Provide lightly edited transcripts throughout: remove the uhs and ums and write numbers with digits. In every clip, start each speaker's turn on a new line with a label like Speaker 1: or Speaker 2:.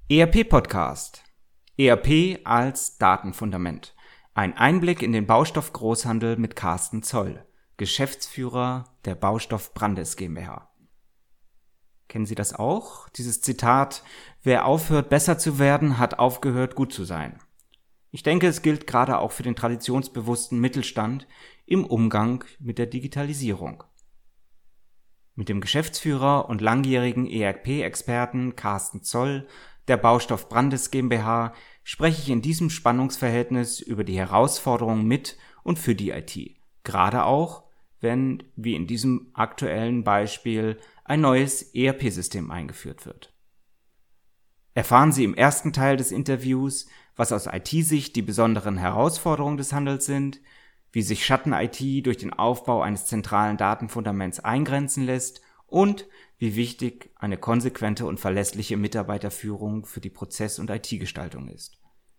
Speaker 1: ERP-Podcast. ERP als Datenfundament. Ein Einblick in den Baustoff-Großhandel mit Carsten Zoll, Geschäftsführer der Baustoff Brandes GmbH. Kennen Sie das auch? Dieses Zitat: Wer aufhört, besser zu werden, hat aufgehört, gut zu sein. Ich denke, es gilt gerade auch für den traditionsbewussten Mittelstand im Umgang mit der Digitalisierung. Mit dem Geschäftsführer und langjährigen ERP-Experten Carsten Zoll der Baustoff Brandes GmbH spreche ich in diesem Spannungsverhältnis über die Herausforderungen mit und für die IT. Gerade auch, wenn, wie in diesem aktuellen Beispiel, ein neues ERP-System eingeführt wird. Erfahren Sie im ersten Teil des Interviews, was aus IT-Sicht die besonderen Herausforderungen des Handels sind, wie sich Schatten-IT durch den Aufbau eines zentralen Datenfundaments eingrenzen lässt und wie wichtig eine konsequente und verlässliche Mitarbeiterführung für die Prozess- und IT-Gestaltung ist.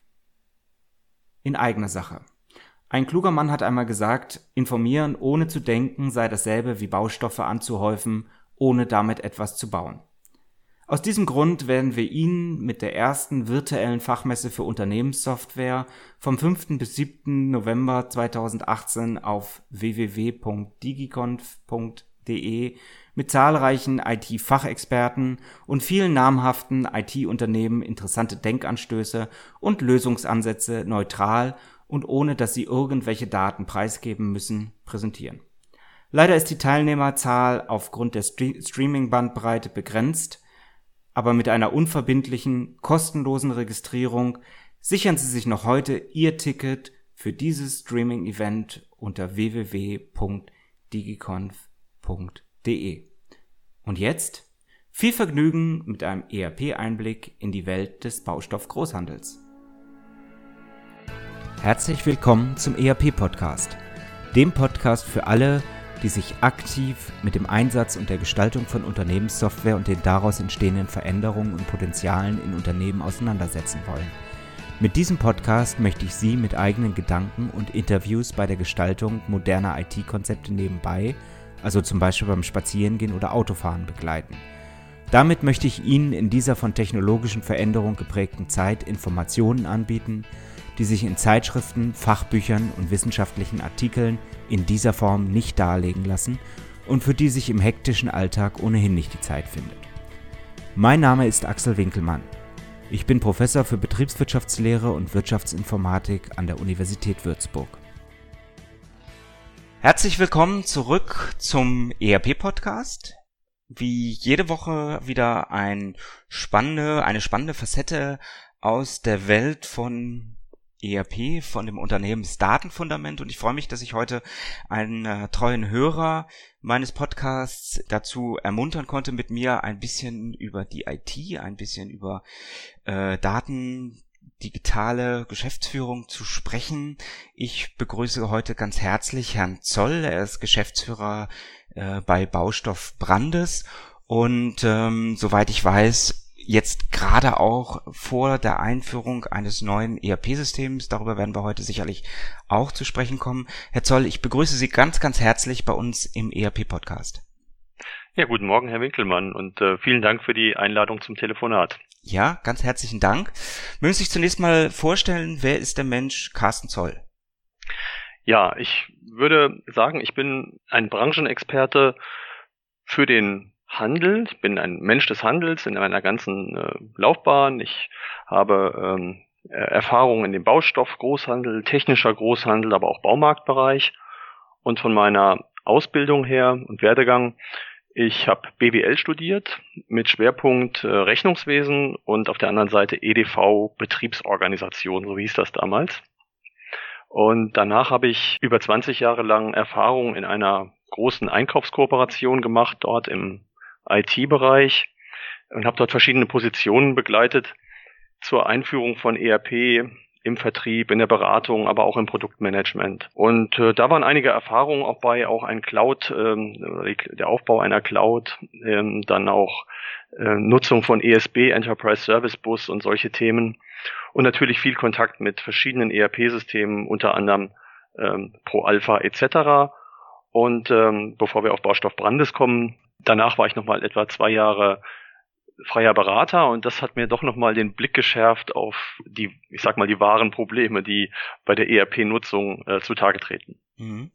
Speaker 1: In eigener Sache. Ein kluger Mann hat einmal gesagt, informieren ohne zu denken sei dasselbe wie Baustoffe anzuhäufen, ohne damit etwas zu bauen. Aus diesem Grund werden wir Ihnen mit der ersten virtuellen Fachmesse für Unternehmenssoftware vom 5. bis 7. November 2018 auf www.digiconf.de mit zahlreichen IT-Fachexperten und vielen namhaften IT-Unternehmen interessante Denkanstöße und Lösungsansätze neutral und ohne dass Sie irgendwelche Daten preisgeben müssen, präsentieren. Leider ist die Teilnehmerzahl aufgrund der Streaming-Bandbreite begrenzt, aber mit einer unverbindlichen, kostenlosen Registrierung sichern Sie sich noch heute Ihr Ticket für dieses Streaming-Event unter www.digiconf.de. Und jetzt viel Vergnügen mit einem ERP-Einblick in die Welt des Baustoff-Großhandels. Herzlich willkommen zum ERP-Podcast, dem Podcast für alle, die sich aktiv mit dem Einsatz und der Gestaltung von Unternehmenssoftware und den daraus entstehenden Veränderungen und Potenzialen in Unternehmen auseinandersetzen wollen. Mit diesem Podcast möchte ich Sie mit eigenen Gedanken und Interviews bei der Gestaltung moderner IT-Konzepte nebenbei, also zum Beispiel beim Spazierengehen oder Autofahren, begleiten. Damit möchte ich Ihnen in dieser von technologischen Veränderungen geprägten Zeit Informationen anbieten, die sich in Zeitschriften, Fachbüchern und wissenschaftlichen Artikeln in dieser Form nicht darlegen lassen und für die sich im hektischen Alltag ohnehin nicht die Zeit findet. Mein Name ist Axel Winkelmann. Ich bin Professor für Betriebswirtschaftslehre und Wirtschaftsinformatik an der Universität Würzburg. Herzlich willkommen zurück zum ERP-Podcast. Wie jede Woche wieder eine spannende Facette aus der Welt von ERP, von dem Unternehmensdatenfundament, und ich freue mich, dass ich heute einen treuen Hörer meines Podcasts dazu ermuntern konnte, mit mir ein bisschen über die IT, ein bisschen über Daten, digitale Geschäftsführung zu sprechen. Ich begrüße heute ganz herzlich Herrn Zoll. Er ist Geschäftsführer bei Baustoff Brandes und soweit ich weiß, jetzt gerade auch vor der Einführung eines neuen ERP-Systems. Darüber werden wir heute sicherlich auch zu sprechen kommen. Herr Zoll, ich begrüße Sie ganz, ganz herzlich bei uns im ERP-Podcast.
Speaker 2: Ja, guten Morgen, Herr Winkelmann, und vielen Dank für die Einladung zum Telefonat.
Speaker 1: Ja, ganz herzlichen Dank. Mögen Sie sich zunächst mal vorstellen, wer ist der Mensch Carsten Zoll?
Speaker 2: Ja, ich würde sagen, ich bin ein Branchenexperte für den Handel. Ich bin ein Mensch des Handels in meiner ganzen Laufbahn. Ich habe Erfahrung in dem Baustoff, Großhandel, technischer Großhandel, aber auch Baumarktbereich. Und von meiner Ausbildung her und Werdegang, ich habe BWL studiert mit Schwerpunkt Rechnungswesen und auf der anderen Seite EDV, Betriebsorganisation, so hieß das damals. Und danach habe ich über 20 Jahre lang Erfahrung in einer großen Einkaufskooperation gemacht, dort im IT-Bereich, und habe dort verschiedene Positionen begleitet zur Einführung von ERP im Vertrieb, in der Beratung, aber auch im Produktmanagement. Und da waren einige Erfahrungen auch bei, auch ein Cloud, der Aufbau einer Cloud, dann auch Nutzung von ESB, Enterprise Service Bus und solche Themen. Und natürlich viel Kontakt mit verschiedenen ERP-Systemen, unter anderem Pro Alpha etc. Und bevor wir auf Baustoff Brandes kommen, danach war ich nochmal etwa 2 Jahre freier Berater und das hat mir doch nochmal den Blick geschärft auf die, ich sag mal, die wahren Probleme, die bei der ERP-Nutzung zutage treten.
Speaker 1: Mhm.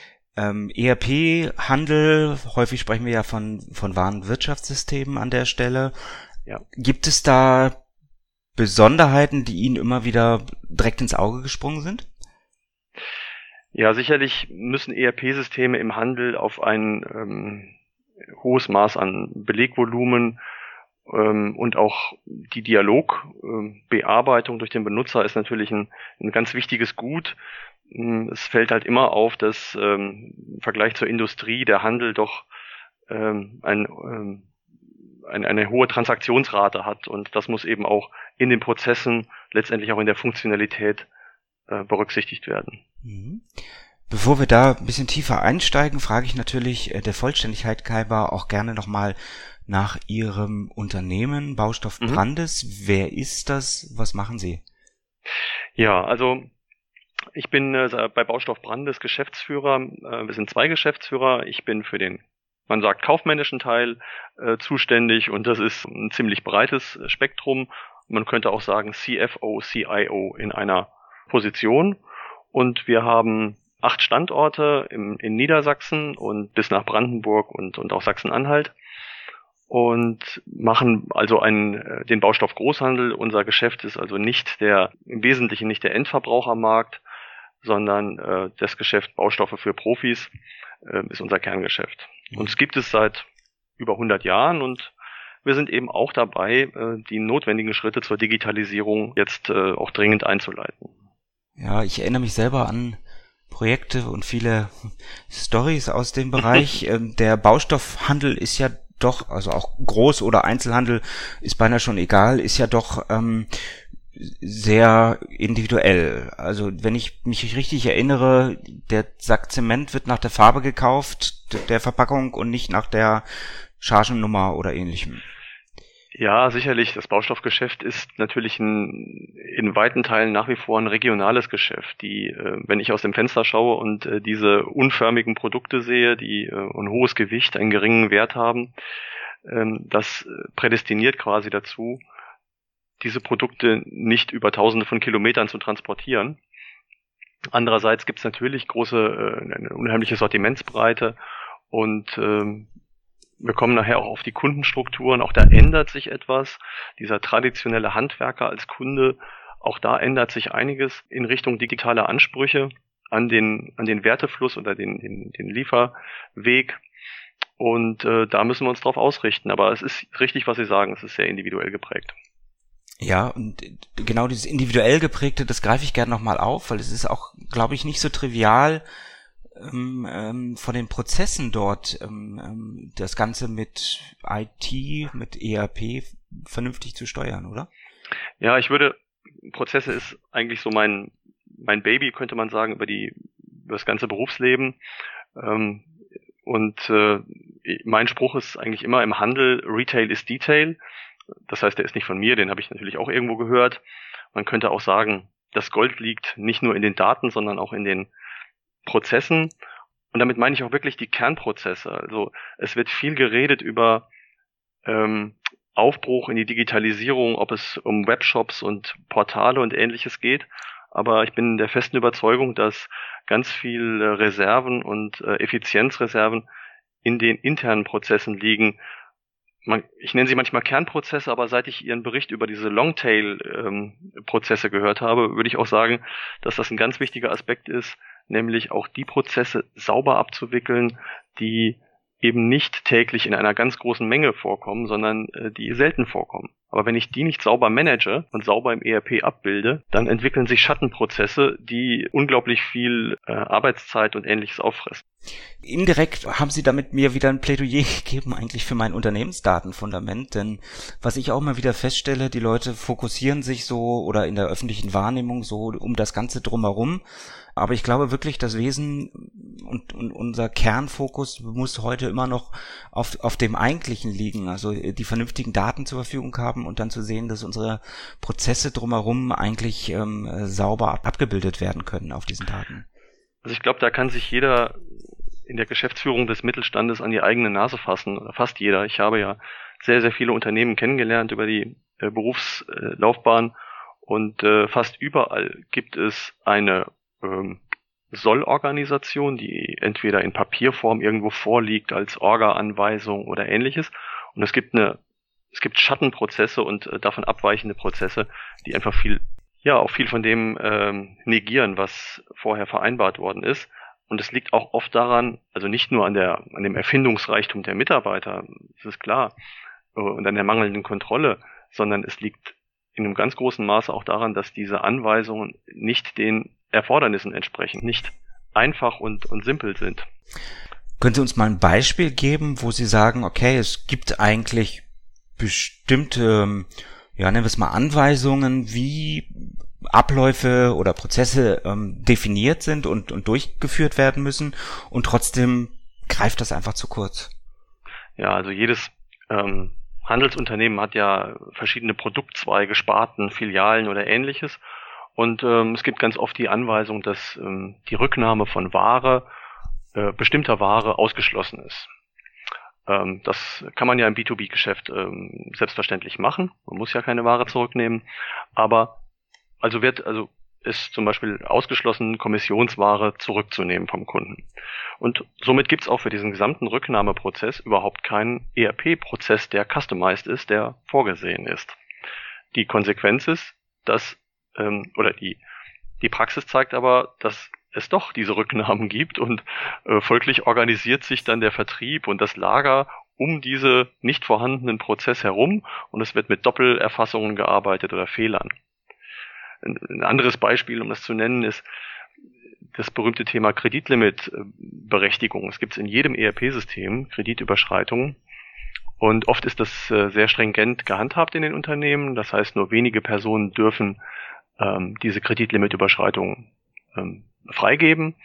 Speaker 1: ERP-Handel, häufig sprechen wir ja von Warenwirtschaftssystemen an der Stelle.
Speaker 2: Ja.
Speaker 1: Gibt es da Besonderheiten, die Ihnen immer wieder direkt ins Auge gesprungen sind?
Speaker 2: Ja, sicherlich müssen ERP-Systeme im Handel auf ein hohes Maß an Belegvolumen und auch die Dialogbearbeitung durch den Benutzer ist natürlich ein ganz wichtiges Gut. Es fällt halt immer auf, dass im Vergleich zur Industrie der Handel doch eine hohe Transaktionsrate hat und das muss eben auch in den Prozessen, letztendlich auch in der Funktionalität berücksichtigt werden.
Speaker 1: Mhm. Bevor wir da ein bisschen tiefer einsteigen, frage ich natürlich der Vollständigkeit halber auch gerne nochmal nach Ihrem Unternehmen Baustoff Brandes. Wer ist das? Was machen Sie?
Speaker 2: Ja, also ich bin bei Baustoff Brandes Geschäftsführer. Wir sind 2 Geschäftsführer. Ich bin für den, man sagt, kaufmännischen Teil zuständig und das ist ein ziemlich breites Spektrum. Man könnte auch sagen CFO, CIO in einer Position. Und wir haben 8 Standorte in Niedersachsen und bis nach Brandenburg und auch Sachsen-Anhalt und machen also den Baustoff Großhandel. Unser Geschäft ist also im Wesentlichen nicht der Endverbrauchermarkt, sondern das Geschäft Baustoffe für Profis ist unser Kerngeschäft. Uns gibt es seit über 100 Jahren und wir sind eben auch dabei, die notwendigen Schritte zur Digitalisierung jetzt auch dringend einzuleiten.
Speaker 1: Ja, ich erinnere mich selber an Projekte und viele Stories aus dem Bereich. Der Baustoffhandel ist ja doch, also auch Groß- oder Einzelhandel ist beinahe schon egal, ist ja doch sehr individuell. Also wenn ich mich richtig erinnere, der Sack Zement wird nach der Farbe gekauft, der Verpackung und nicht nach der Chargennummer oder ähnlichem.
Speaker 2: Ja, sicherlich. Das Baustoffgeschäft ist natürlich in weiten Teilen nach wie vor ein regionales Geschäft. Wenn ich aus dem Fenster schaue und diese unförmigen Produkte sehe, die ein hohes Gewicht, einen geringen Wert haben, das prädestiniert quasi dazu, diese Produkte nicht über Tausende von Kilometern zu transportieren. Andererseits gibt es natürlich eine unheimliche Sortimentsbreite und wir kommen nachher auch auf die Kundenstrukturen, auch da ändert sich etwas. Dieser traditionelle Handwerker als Kunde, auch da ändert sich einiges in Richtung digitaler Ansprüche an den Wertefluss oder den Lieferweg. Und da müssen wir uns drauf ausrichten. Aber es ist richtig, was Sie sagen, es ist sehr individuell geprägt.
Speaker 1: Ja, und genau dieses individuell geprägte, das greife ich gerne nochmal auf, weil es ist auch, glaube ich, nicht so trivial, von den Prozessen dort das Ganze mit IT, mit ERP vernünftig zu steuern, oder?
Speaker 2: Ja, Prozesse ist eigentlich so mein Baby, könnte man sagen, über das ganze Berufsleben. Mein Spruch ist eigentlich immer im Handel, Retail is Detail. Das heißt, der ist nicht von mir, den habe ich natürlich auch irgendwo gehört. Man könnte auch sagen, das Gold liegt nicht nur in den Daten, sondern auch in den Prozessen. Und damit meine ich auch wirklich die Kernprozesse. Also es wird viel geredet über Aufbruch in die Digitalisierung, ob es um Webshops und Portale und Ähnliches geht. Aber ich bin der festen Überzeugung, dass ganz viel Reserven und Effizienzreserven in den internen Prozessen liegen. Ich nenne sie manchmal Kernprozesse, aber seit ich Ihren Bericht über diese Longtail-Prozesse gehört habe, würde ich auch sagen, dass das ein ganz wichtiger Aspekt ist, nämlich auch die Prozesse sauber abzuwickeln, die eben nicht täglich in einer ganz großen Menge vorkommen, sondern die selten vorkommen. Aber wenn ich die nicht sauber manage und sauber im ERP abbilde, dann entwickeln sich Schattenprozesse, die unglaublich viel Arbeitszeit und Ähnliches auffressen.
Speaker 1: Indirekt haben Sie damit mir wieder ein Plädoyer gegeben eigentlich für mein Unternehmensdatenfundament, denn was ich auch mal wieder feststelle, die Leute fokussieren sich so oder in der öffentlichen Wahrnehmung so um das Ganze drumherum, aber ich glaube wirklich, das Wesen und unser Kernfokus muss heute immer noch auf dem Eigentlichen liegen, also die vernünftigen Daten zur Verfügung haben und dann zu sehen, dass unsere Prozesse drumherum eigentlich sauber abgebildet werden können auf diesen Daten.
Speaker 2: Also ich glaube, da kann sich jeder in der Geschäftsführung des Mittelstandes an die eigene Nase fassen, oder fast jeder. Ich habe ja sehr, sehr viele Unternehmen kennengelernt über die Berufslaufbahn und fast überall gibt es eine Soll-Organisation, die entweder in Papierform irgendwo vorliegt als Orga-Anweisung oder ähnliches. Und es gibt Schattenprozesse und davon abweichende Prozesse, die einfach auch viel von dem negieren, was vorher vereinbart worden ist. Und es liegt auch oft daran, also nicht nur an dem Erfindungsreichtum der Mitarbeiter, das ist klar, und an der mangelnden Kontrolle, sondern es liegt in einem ganz großen Maße auch daran, dass diese Anweisungen nicht den Erfordernissen entsprechen, nicht einfach und simpel sind.
Speaker 1: Können Sie uns mal ein Beispiel geben, wo Sie sagen, okay, es gibt eigentlich bestimmte, nennen wir es mal Anweisungen, wie Abläufe oder Prozesse definiert sind und durchgeführt werden müssen und trotzdem greift das einfach zu kurz?
Speaker 2: Ja, also jedes Handelsunternehmen hat ja verschiedene Produktzweige, Sparten, Filialen oder ähnliches. Und es gibt ganz oft die Anweisung, dass die Rücknahme von bestimmter Ware ausgeschlossen ist. Das kann man ja im B2B-Geschäft selbstverständlich machen. Man muss ja keine Ware zurücknehmen. Aber ist zum Beispiel ausgeschlossen, Kommissionsware zurückzunehmen vom Kunden. Und somit gibt es auch für diesen gesamten Rücknahmeprozess überhaupt keinen ERP-Prozess, der customized ist, der vorgesehen ist. Die Konsequenz ist, dass die Praxis zeigt aber, dass es doch diese Rücknahmen gibt und folglich organisiert sich dann der Vertrieb und das Lager um diese nicht vorhandenen Prozess herum und es wird mit Doppelerfassungen gearbeitet oder Fehlern. Ein anderes Beispiel, um das zu nennen, ist das berühmte Thema Kreditlimitberechtigung. Es gibt in jedem ERP-System Kreditüberschreitungen und oft ist das sehr stringent gehandhabt in den Unternehmen. Das heißt, nur wenige Personen dürfen diese Kreditlimitüberschreitungen freigeben.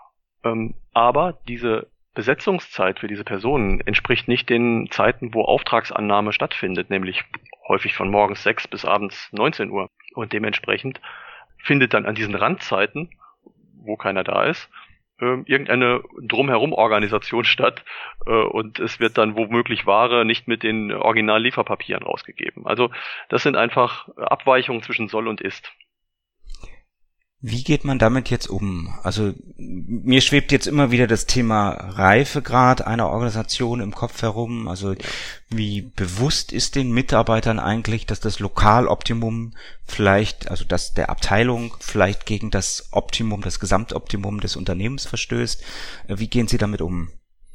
Speaker 2: Aber diese Besetzungszeit für diese Personen entspricht nicht den Zeiten, wo Auftragsannahme stattfindet, nämlich häufig von morgens 6 bis abends 19 Uhr. Und dementsprechend findet dann an diesen Randzeiten, wo keiner da ist, irgendeine Drumherum-Organisation statt und es wird dann womöglich Ware nicht mit den Original-Lieferpapieren rausgegeben. Also das sind einfach Abweichungen zwischen Soll und Ist.
Speaker 1: Wie geht man damit jetzt um? Also mir schwebt jetzt immer wieder das Thema Reifegrad einer Organisation im Kopf herum. Also wie bewusst ist den Mitarbeitern eigentlich, dass das Lokaloptimum vielleicht, also dass der Abteilung vielleicht gegen das Optimum, das Gesamtoptimum des Unternehmens verstößt? Wie gehen Sie damit um?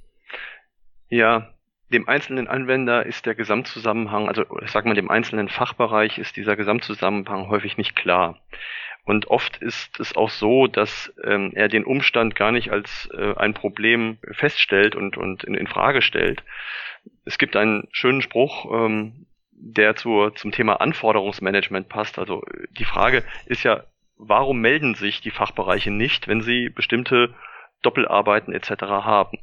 Speaker 2: Ja, dem einzelnen Anwender ist der Gesamtzusammenhang, also ich sag mal dem einzelnen Fachbereich ist dieser Gesamtzusammenhang häufig nicht klar. Und oft ist es auch so, dass er den Umstand gar nicht als ein Problem feststellt und in Frage stellt. Es gibt einen schönen Spruch, der zum Thema Anforderungsmanagement passt. Also die Frage ist ja, warum melden sich die Fachbereiche nicht, wenn sie bestimmte Doppelarbeiten etc. haben?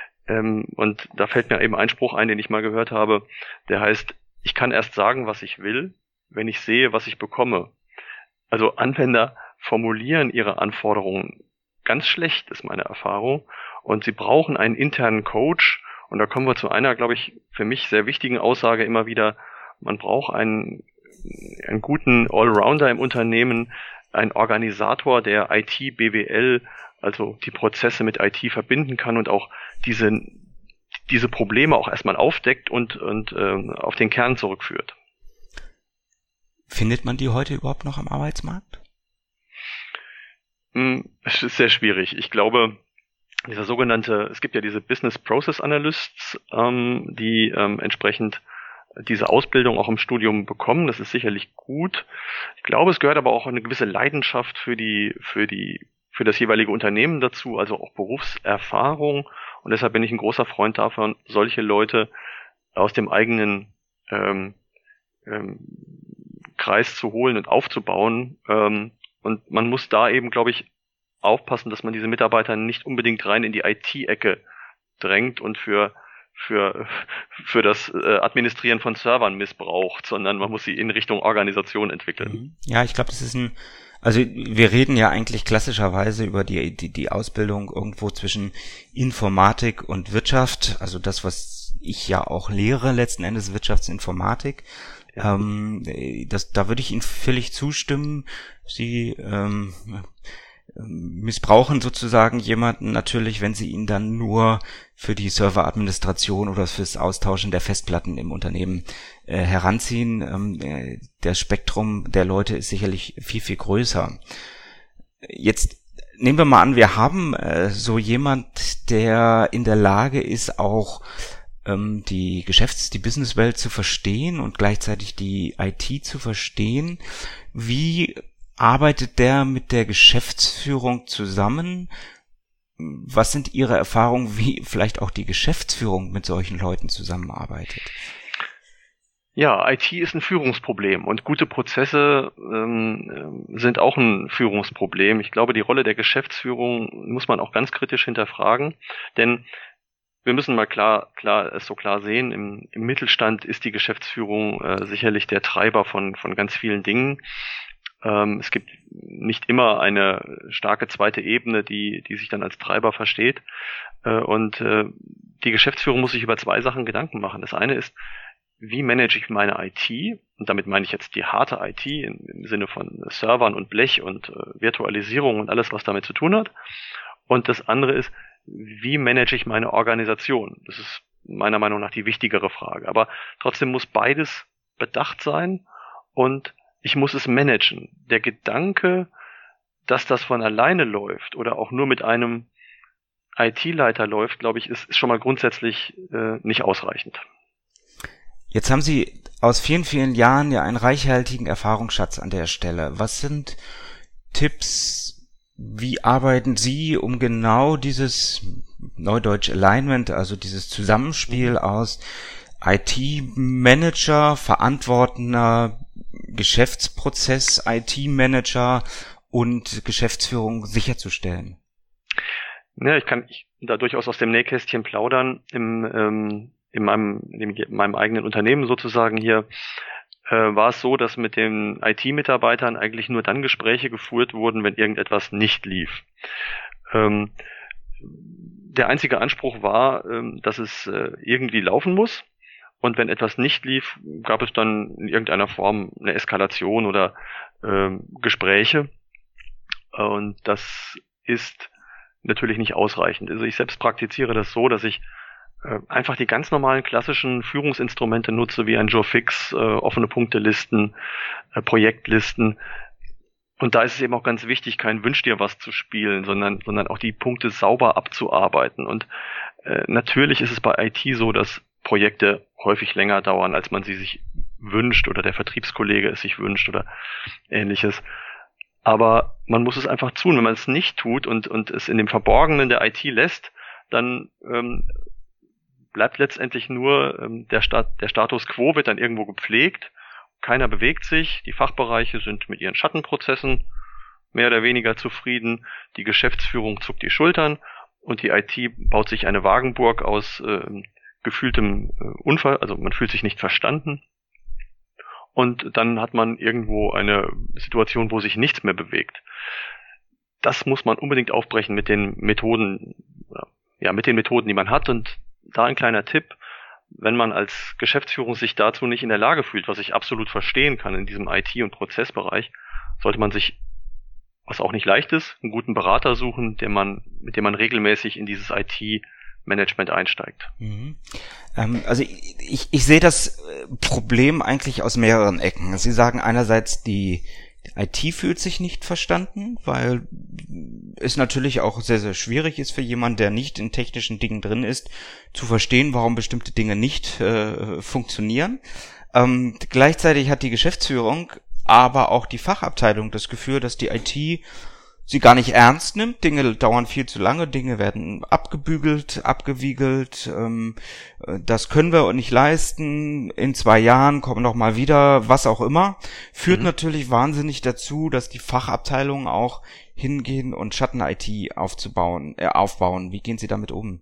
Speaker 2: Und da fällt mir eben ein Spruch ein, den ich mal gehört habe, der heißt, ich kann erst sagen, was ich will, wenn ich sehe, was ich bekomme. Also Anwender formulieren ihre Anforderungen ganz schlecht, ist meine Erfahrung. Und sie brauchen einen internen Coach. Und da kommen wir zu einer, glaube ich, für mich sehr wichtigen Aussage immer wieder. Man braucht einen guten Allrounder im Unternehmen, einen Organisator, der IT, BWL, also die Prozesse mit IT verbinden kann und auch diese Probleme auch erstmal aufdeckt und auf den Kern zurückführt.
Speaker 1: Findet man die heute überhaupt noch am Arbeitsmarkt?
Speaker 2: Es ist sehr schwierig. Ich glaube, es gibt ja diese Business Process Analysts, die entsprechend diese Ausbildung auch im Studium bekommen. Das ist sicherlich gut. Ich glaube, es gehört aber auch eine gewisse Leidenschaft für das jeweilige Unternehmen dazu, also auch Berufserfahrung. Und deshalb bin ich ein großer Freund davon, solche Leute aus dem eigenen Kreis zu holen und aufzubauen. Und man muss da eben, glaube ich, aufpassen, dass man diese Mitarbeiter nicht unbedingt rein in die IT-Ecke drängt und für das Administrieren von Servern missbraucht, sondern man muss sie in Richtung Organisation entwickeln.
Speaker 1: Ja, ich glaube, das ist also wir reden ja eigentlich klassischerweise über die Ausbildung irgendwo zwischen Informatik und Wirtschaft, also das, was ich ja auch lehre, letzten Endes Wirtschaftsinformatik.
Speaker 2: Ja.
Speaker 1: Da würde ich Ihnen völlig zustimmen. Sie missbrauchen sozusagen jemanden natürlich, wenn Sie ihn dann nur für die Serveradministration oder fürs Austauschen der Festplatten im Unternehmen heranziehen. Das Spektrum der Leute ist sicherlich viel, viel größer. Jetzt nehmen wir mal an, wir haben so jemand, der in der Lage ist, auch die Businesswelt zu verstehen und gleichzeitig die IT zu verstehen. Wie arbeitet der mit der Geschäftsführung zusammen? Was sind Ihre Erfahrungen, wie vielleicht auch die Geschäftsführung mit solchen Leuten zusammenarbeitet?
Speaker 2: Ja, IT ist ein Führungsproblem und gute Prozesse sind auch ein Führungsproblem. Ich glaube, die Rolle der Geschäftsführung muss man auch ganz kritisch hinterfragen, denn wir müssen mal klar sehen, im Mittelstand ist die Geschäftsführung sicherlich der Treiber von ganz vielen Dingen. Es gibt nicht immer eine starke zweite Ebene, die sich dann als Treiber versteht. Und die Geschäftsführung muss sich über zwei Sachen Gedanken machen. Das eine ist, wie manage ich meine IT? Und damit meine ich jetzt die harte IT im Sinne von Servern und Blech und Virtualisierung und alles, was damit zu tun hat. Und das andere ist, wie manage ich meine Organisation? Das ist meiner Meinung nach die wichtigere Frage. Aber trotzdem muss beides bedacht sein und ich muss es managen. Der Gedanke, dass das von alleine läuft oder auch nur mit einem IT-Leiter läuft, glaube ich, ist schon mal grundsätzlich nicht ausreichend.
Speaker 1: Jetzt haben Sie aus vielen, vielen Jahren ja einen reichhaltigen Erfahrungsschatz an der Stelle. Was sind Tipps, wie arbeiten Sie, um genau dieses Neudeutsch Alignment, also dieses Zusammenspiel aus IT-Manager, verantwortender Geschäftsprozess, IT-Manager und Geschäftsführung sicherzustellen?
Speaker 2: Ja, ich kann da durchaus aus dem Nähkästchen plaudern. In meinem eigenen Unternehmen sozusagen hier war es so, dass mit den IT-Mitarbeitern eigentlich nur dann Gespräche geführt wurden, wenn irgendetwas nicht lief. Der einzige Anspruch war, dass es irgendwie laufen muss. Und wenn etwas nicht lief, gab es dann in irgendeiner Form eine Eskalation oder Gespräche. Und das ist natürlich nicht ausreichend. Also ich selbst praktiziere das so, dass ich einfach die ganz normalen klassischen Führungsinstrumente nutze, wie ein Joe Fix, offene Punktelisten, Projektlisten. Und da ist es eben auch ganz wichtig, kein Wünsch dir was zu spielen, sondern auch die Punkte sauber abzuarbeiten. Und natürlich ist es bei IT so, dass Projekte häufig länger dauern, als man sie sich wünscht oder der Vertriebskollege es sich wünscht oder ähnliches. Aber man muss es einfach tun. Wenn man es nicht tut und es in dem Verborgenen der IT lässt, dann bleibt letztendlich nur der Status quo wird dann irgendwo gepflegt. Keiner bewegt sich. Die Fachbereiche sind mit ihren Schattenprozessen mehr oder weniger zufrieden. Die Geschäftsführung zuckt die Schultern und die IT baut sich eine Wagenburg aus gefühltem Unfall, also man fühlt sich nicht verstanden. Und dann hat man irgendwo eine Situation, wo sich nichts mehr bewegt. Das muss man unbedingt aufbrechen mit den Methoden, die man hat. Und da ein kleiner Tipp: Wenn man als Geschäftsführung sich dazu nicht in der Lage fühlt, was ich absolut verstehen kann in diesem IT- und Prozessbereich, sollte man sich, was auch nicht leicht ist, einen guten Berater suchen, mit dem man regelmäßig in dieses IT-Management einsteigt.
Speaker 1: Also ich sehe das Problem eigentlich aus mehreren Ecken. Sie sagen einerseits, die IT fühlt sich nicht verstanden, weil es natürlich auch sehr, sehr schwierig ist für jemanden, der nicht in technischen Dingen drin ist, zu verstehen, warum bestimmte Dinge nicht funktionieren. Gleichzeitig hat die Geschäftsführung, aber auch die Fachabteilung das Gefühl, dass die IT sie gar nicht ernst nimmt. Dinge dauern viel zu lange, Dinge werden abgebügelt, abgewiegelt. Das können wir nicht leisten. In 2 Jahren kommen noch mal wieder, was auch immer. Führt natürlich wahnsinnig dazu, dass die Fachabteilungen auch hingehen und Schatten-IT aufbauen. Wie gehen Sie damit um?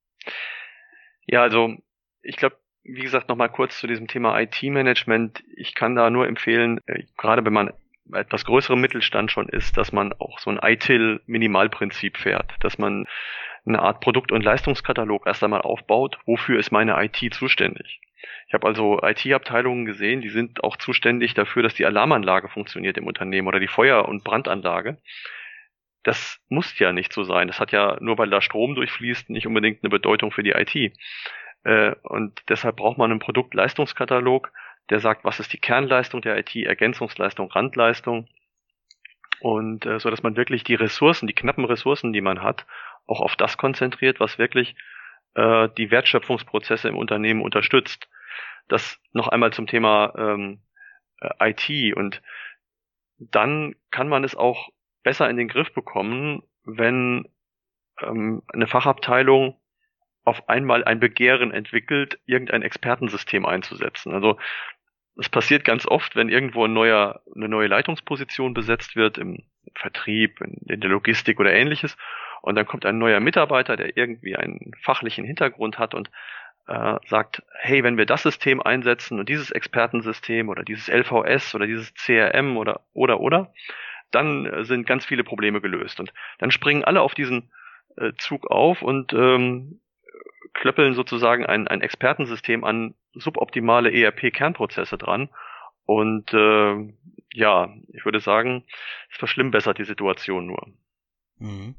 Speaker 2: Ja, also ich glaube, wie gesagt, noch mal kurz zu diesem Thema IT-Management. Ich kann da nur empfehlen, gerade wenn man etwas größerem Mittelstand schon ist, dass man auch so ein ITIL-Minimalprinzip fährt, dass man eine Art Produkt- und Leistungskatalog erst einmal aufbaut, wofür ist meine IT zuständig. Ich habe also IT-Abteilungen gesehen, die sind auch zuständig dafür, dass die Alarmanlage funktioniert im Unternehmen oder die Feuer- und Brandanlage. Das muss ja nicht so sein. Das hat ja, nur weil da Strom durchfließt, nicht unbedingt eine Bedeutung für die IT. Und deshalb braucht man einen Produkt-Leistungskatalog, der sagt, was ist die Kernleistung der IT, Ergänzungsleistung, Randleistung, und so dass man wirklich die Ressourcen, die knappen Ressourcen, die man hat, auch auf das konzentriert, was wirklich die Wertschöpfungsprozesse im Unternehmen unterstützt. Das noch einmal zum Thema IT, und dann kann man es auch besser in den Griff bekommen, wenn eine Fachabteilung auf einmal ein Begehren entwickelt, irgendein Expertensystem einzusetzen. Also es passiert ganz oft, wenn irgendwo eine neue Leitungsposition besetzt wird, im Vertrieb, in der Logistik oder ähnliches, und dann kommt ein neuer Mitarbeiter, der irgendwie einen fachlichen Hintergrund hat und sagt, hey, wenn wir das System einsetzen und dieses Expertensystem oder dieses LVS oder dieses CRM oder, dann sind ganz viele Probleme gelöst. Und dann springen alle auf diesen Zug auf und klöppeln sozusagen ein Expertensystem an suboptimale ERP-Kernprozesse dran. Und ja, ich würde sagen, es verschlimmbessert die Situation nur.
Speaker 1: Mhm.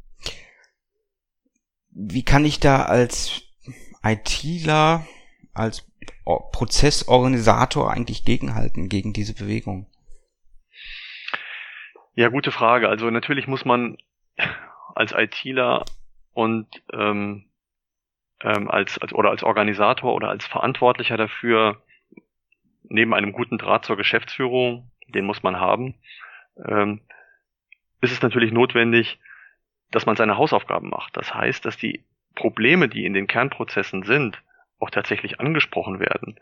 Speaker 1: Wie kann ich da als ITler, als Prozessorganisator eigentlich gegenhalten gegen diese Bewegung?
Speaker 2: Ja, gute Frage. Also natürlich muss man als ITler und als Organisator oder als Verantwortlicher dafür, neben einem guten Draht zur Geschäftsführung, den muss man haben, ist es natürlich notwendig, dass man seine Hausaufgaben macht. Das heißt, dass die Probleme, die in den Kernprozessen sind, auch tatsächlich angesprochen werden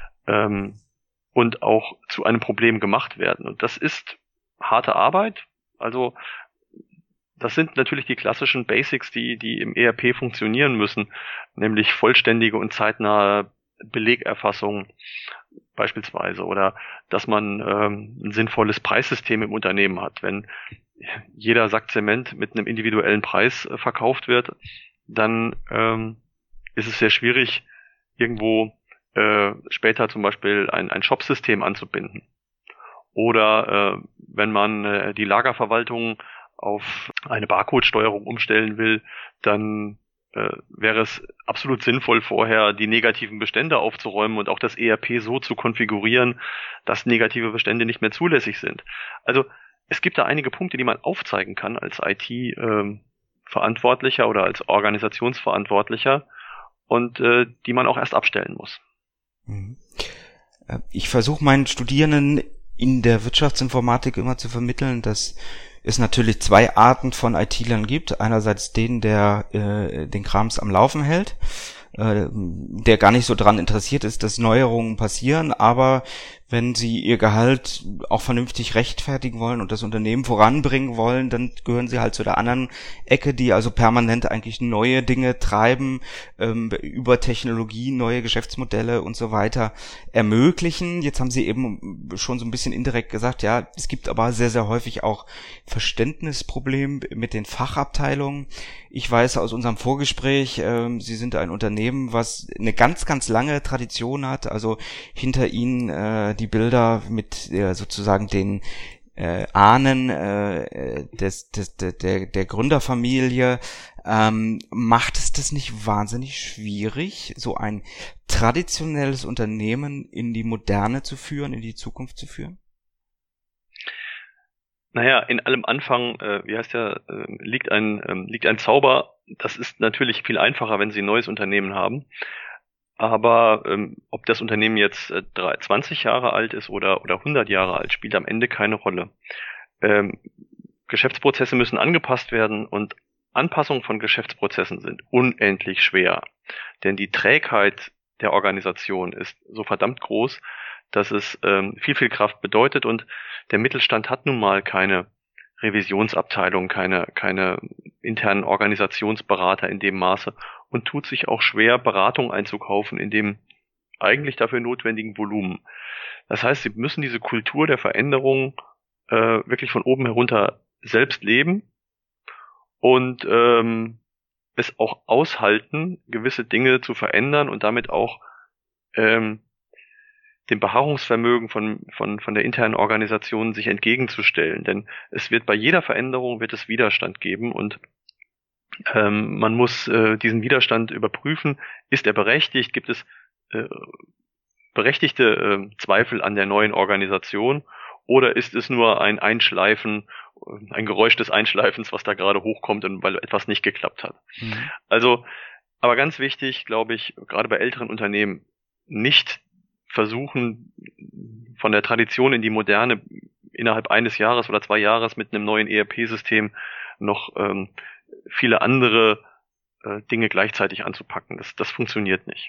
Speaker 2: und auch zu einem Problem gemacht werden. Und das ist harte Arbeit. Also das sind natürlich die klassischen Basics, die im ERP funktionieren müssen, nämlich vollständige und zeitnahe Belegerfassung beispielsweise, oder dass man ein sinnvolles Preissystem im Unternehmen hat. Wenn jeder Sack Zement mit einem individuellen Preis verkauft wird, dann ist es sehr schwierig, irgendwo später zum Beispiel ein Shopsystem anzubinden. Oder wenn man die Lagerverwaltung auf eine Barcode-Steuerung umstellen will, dann wäre es absolut sinnvoll, vorher die negativen Bestände aufzuräumen und auch das ERP so zu konfigurieren, dass negative Bestände nicht mehr zulässig sind. Also es gibt da einige Punkte, die man aufzeigen kann als IT-Verantwortlicher oder als Organisationsverantwortlicher und die man auch erst abstellen muss.
Speaker 1: Ich versuche meinen Studierenden in der Wirtschaftsinformatik immer zu vermitteln, dass es natürlich zwei Arten von IT-Lern gibt. Einerseits den, der den Krams am Laufen hält, der gar nicht so dran interessiert ist, dass Neuerungen passieren, aber wenn sie ihr Gehalt auch vernünftig rechtfertigen wollen und das Unternehmen voranbringen wollen, dann gehören sie halt zu der anderen Ecke, die also permanent eigentlich neue Dinge treiben, über Technologie, neue Geschäftsmodelle und so weiter ermöglichen. Jetzt haben Sie eben schon so ein bisschen indirekt gesagt, ja, es gibt aber sehr, sehr häufig auch Verständnisprobleme mit den Fachabteilungen. Ich weiß aus unserem Vorgespräch, Sie sind ein Unternehmen, was eine ganz, ganz lange Tradition hat, also hinter Ihnen die Bilder mit sozusagen den Ahnen der Gründerfamilie. Macht es das nicht wahnsinnig schwierig, so ein traditionelles Unternehmen in die Moderne zu führen, in die Zukunft zu führen?
Speaker 2: Naja, in allem Anfang, liegt ein Zauber. Das ist natürlich viel einfacher, wenn Sie ein neues Unternehmen haben. Aber ob das Unternehmen jetzt 20 Jahre alt ist oder 100 Jahre alt, spielt am Ende keine Rolle. Geschäftsprozesse müssen angepasst werden, und Anpassungen von Geschäftsprozessen sind unendlich schwer. Denn die Trägheit der Organisation ist so verdammt groß, dass es viel Kraft bedeutet, und der Mittelstand hat nun mal keine Revisionsabteilung, keine internen Organisationsberater in dem Maße und tut sich auch schwer, Beratung einzukaufen in dem eigentlich dafür notwendigen Volumen. Das heißt, sie müssen diese Kultur der Veränderung wirklich von oben herunter selbst leben und es auch aushalten, gewisse Dinge zu verändern und damit auch dem Beharrungsvermögen von der internen Organisation sich entgegenzustellen. Denn es wird bei jeder Veränderung wird es Widerstand geben und man muss diesen Widerstand überprüfen. Ist er berechtigt? Gibt es berechtigte Zweifel an der neuen Organisation? Oder ist es nur ein Einschleifen, ein Geräusch des Einschleifens, was da gerade hochkommt und weil etwas nicht geklappt hat? Mhm. Also, aber ganz wichtig, glaube ich, gerade bei älteren Unternehmen, nicht versuchen, von der Tradition in die Moderne innerhalb eines Jahres oder 2 Jahres mit einem neuen ERP-System noch viele andere Dinge gleichzeitig anzupacken. Das funktioniert nicht.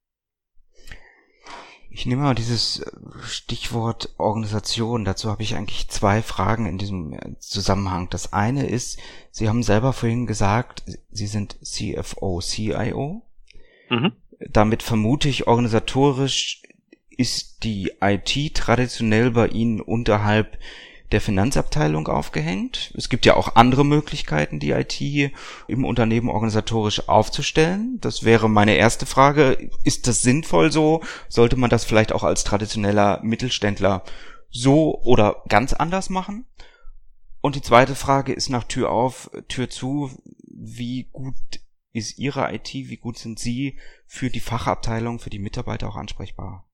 Speaker 1: Ich nehme mal dieses Stichwort Organisation. Dazu habe ich eigentlich 2 Fragen in diesem Zusammenhang. Das eine ist, Sie haben selber vorhin gesagt, Sie sind CFO, CIO. Mhm. Damit vermute ich, organisatorisch ist die IT traditionell bei Ihnen unterhalb der Finanzabteilung aufgehängt. Es gibt ja auch andere Möglichkeiten, die IT im Unternehmen organisatorisch aufzustellen. Das wäre meine erste Frage. Ist das sinnvoll so? Sollte man das vielleicht auch als traditioneller Mittelständler so oder ganz anders machen? Und die zweite Frage ist nach Tür auf, Tür zu. Wie gut ist Ihre IT? Wie gut sind Sie für die Fachabteilung, für die Mitarbeiter auch ansprechbar?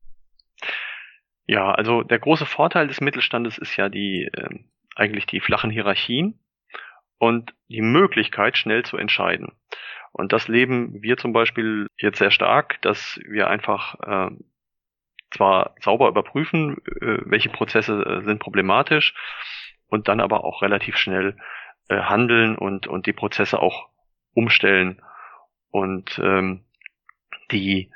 Speaker 2: Ja, also der große Vorteil des Mittelstandes ist ja eigentlich die flachen Hierarchien und die Möglichkeit, schnell zu entscheiden. Und das leben wir zum Beispiel jetzt sehr stark, dass wir einfach zwar sauber überprüfen, welche Prozesse sind problematisch und dann aber auch relativ schnell handeln und die Prozesse auch umstellen. Und die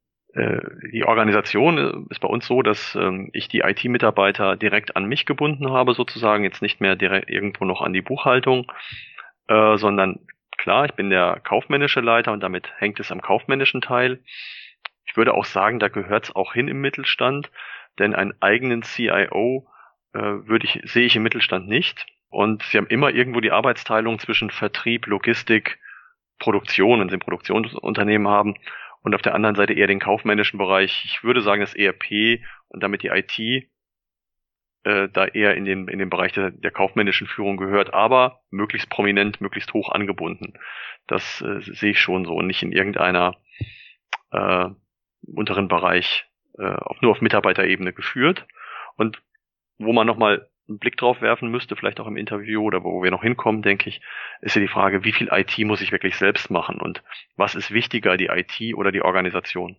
Speaker 2: Organisation ist bei uns so, dass ich die IT-Mitarbeiter direkt an mich gebunden habe, sozusagen, jetzt nicht mehr direkt irgendwo noch an die Buchhaltung, sondern klar, ich bin der kaufmännische Leiter und damit hängt es am kaufmännischen Teil. Ich würde auch sagen, da gehört es auch hin im Mittelstand, denn einen eigenen CIO sehe ich im Mittelstand nicht. Und sie haben immer irgendwo die Arbeitsteilung zwischen Vertrieb, Logistik, Produktion, wenn sie ein Produktionsunternehmen haben, und auf der anderen Seite eher den kaufmännischen Bereich. Ich würde sagen, das ERP und damit die IT da eher in den Bereich der kaufmännischen Führung gehört, aber möglichst prominent, möglichst hoch angebunden. Das sehe ich schon so und nicht in irgendeiner unteren Bereich nur auf Mitarbeiterebene geführt. Und wo man nochmal einen Blick drauf werfen müsste, vielleicht auch im Interview oder wo wir noch hinkommen, denke ich, ist ja die Frage, wie viel IT muss ich wirklich selbst machen und was ist wichtiger, die IT oder die Organisation?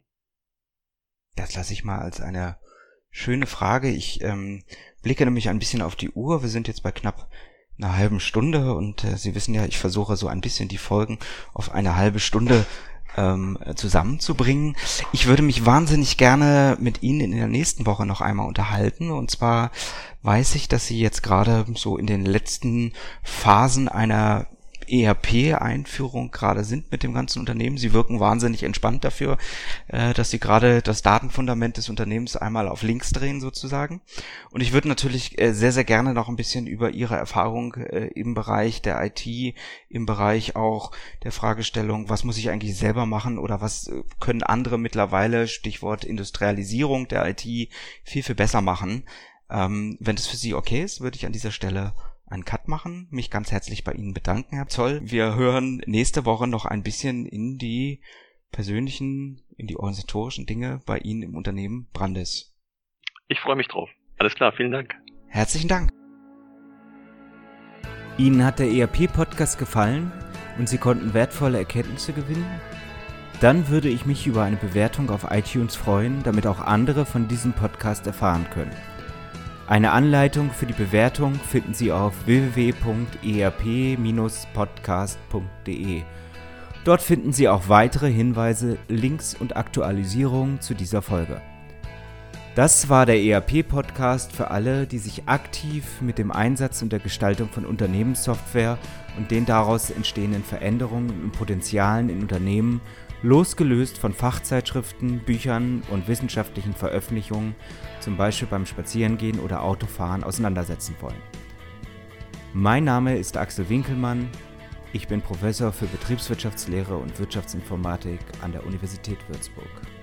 Speaker 1: Das lasse ich mal als eine schöne Frage. Ich blicke nämlich ein bisschen auf die Uhr. Wir sind jetzt bei knapp einer halben Stunde und Sie wissen ja, ich versuche so ein bisschen die Folgen auf eine halbe Stunde zusammenzubringen. Ich würde mich wahnsinnig gerne mit Ihnen in der nächsten Woche noch einmal unterhalten. Und zwar weiß ich, dass Sie jetzt gerade so in den letzten Phasen einer ERP-Einführung gerade sind mit dem ganzen Unternehmen. Sie wirken wahnsinnig entspannt dafür, dass Sie gerade das Datenfundament des Unternehmens einmal auf links drehen sozusagen. Und ich würde natürlich sehr, sehr gerne noch ein bisschen über Ihre Erfahrung im Bereich der IT, im Bereich auch der Fragestellung, was muss ich eigentlich selber machen oder was können andere mittlerweile, Stichwort Industrialisierung der IT, viel, viel besser machen. Wenn das für Sie okay ist, würde ich an dieser Stelle einen Cut machen, mich ganz herzlich bei Ihnen bedanken, Herr Zoll. Wir hören nächste Woche noch ein bisschen in die persönlichen, in die organisatorischen Dinge bei Ihnen im Unternehmen Brandes.
Speaker 2: Ich freue mich drauf. Alles klar, vielen Dank.
Speaker 1: Herzlichen Dank. Ihnen hat der ERP-Podcast gefallen und Sie konnten wertvolle Erkenntnisse gewinnen? Dann würde ich mich über eine Bewertung auf iTunes freuen, damit auch andere von diesem Podcast erfahren können. Eine Anleitung für die Bewertung finden Sie auf www.erp-podcast.de. Dort finden Sie auch weitere Hinweise, Links und Aktualisierungen zu dieser Folge. Das war der ERP-Podcast für alle, die sich aktiv mit dem Einsatz und der Gestaltung von Unternehmenssoftware und den daraus entstehenden Veränderungen und Potenzialen in Unternehmen, losgelöst von Fachzeitschriften, Büchern und wissenschaftlichen Veröffentlichungen, zum Beispiel beim Spazierengehen oder Autofahren, auseinandersetzen wollen. Mein Name ist Axel Winkelmann. Ich bin Professor für Betriebswirtschaftslehre und Wirtschaftsinformatik an der Universität Würzburg.